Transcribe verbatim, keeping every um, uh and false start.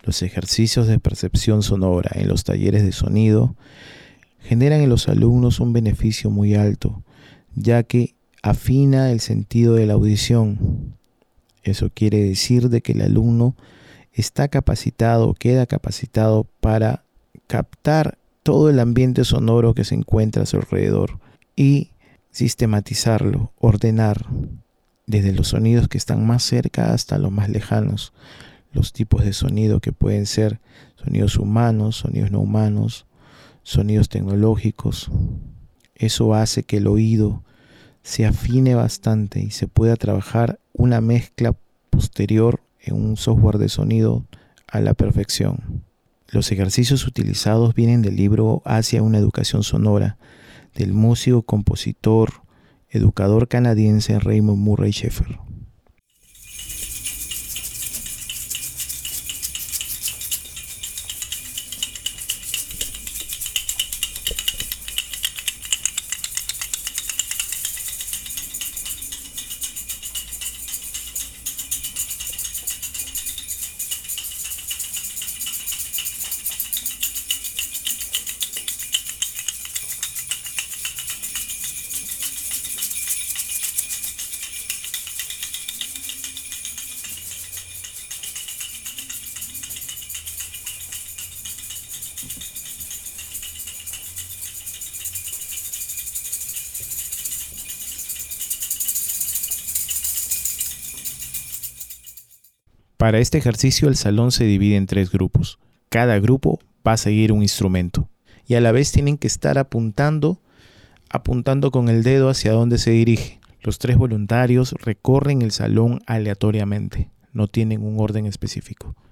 Los ejercicios de percepción sonora en los talleres de sonido generan en los alumnos un beneficio muy alto, ya que afina el sentido de la audición. Eso quiere decir de que el alumno está capacitado, queda capacitado para captar todo el ambiente sonoro que se encuentra a su alrededor y sistematizarlo, ordenar desde los sonidos que están más cerca hasta los más lejanos, los tipos de sonido que pueden ser sonidos humanos, sonidos no humanos, sonidos tecnológicos. Eso hace que el oído se afine bastante y se pueda trabajar una mezcla posterior en un software de sonido a la perfección. Los ejercicios utilizados vienen del libro Hacia una educación sonora, del músico, compositor, educador canadiense Raymond Murray Schafer. Para este ejercicio el salón se divide en tres grupos. Cada grupo va a seguir un instrumento y a la vez tienen que estar apuntando, apuntando con el dedo hacia dónde se dirige. Los tres voluntarios recorren el salón aleatoriamente, no tienen un orden específico.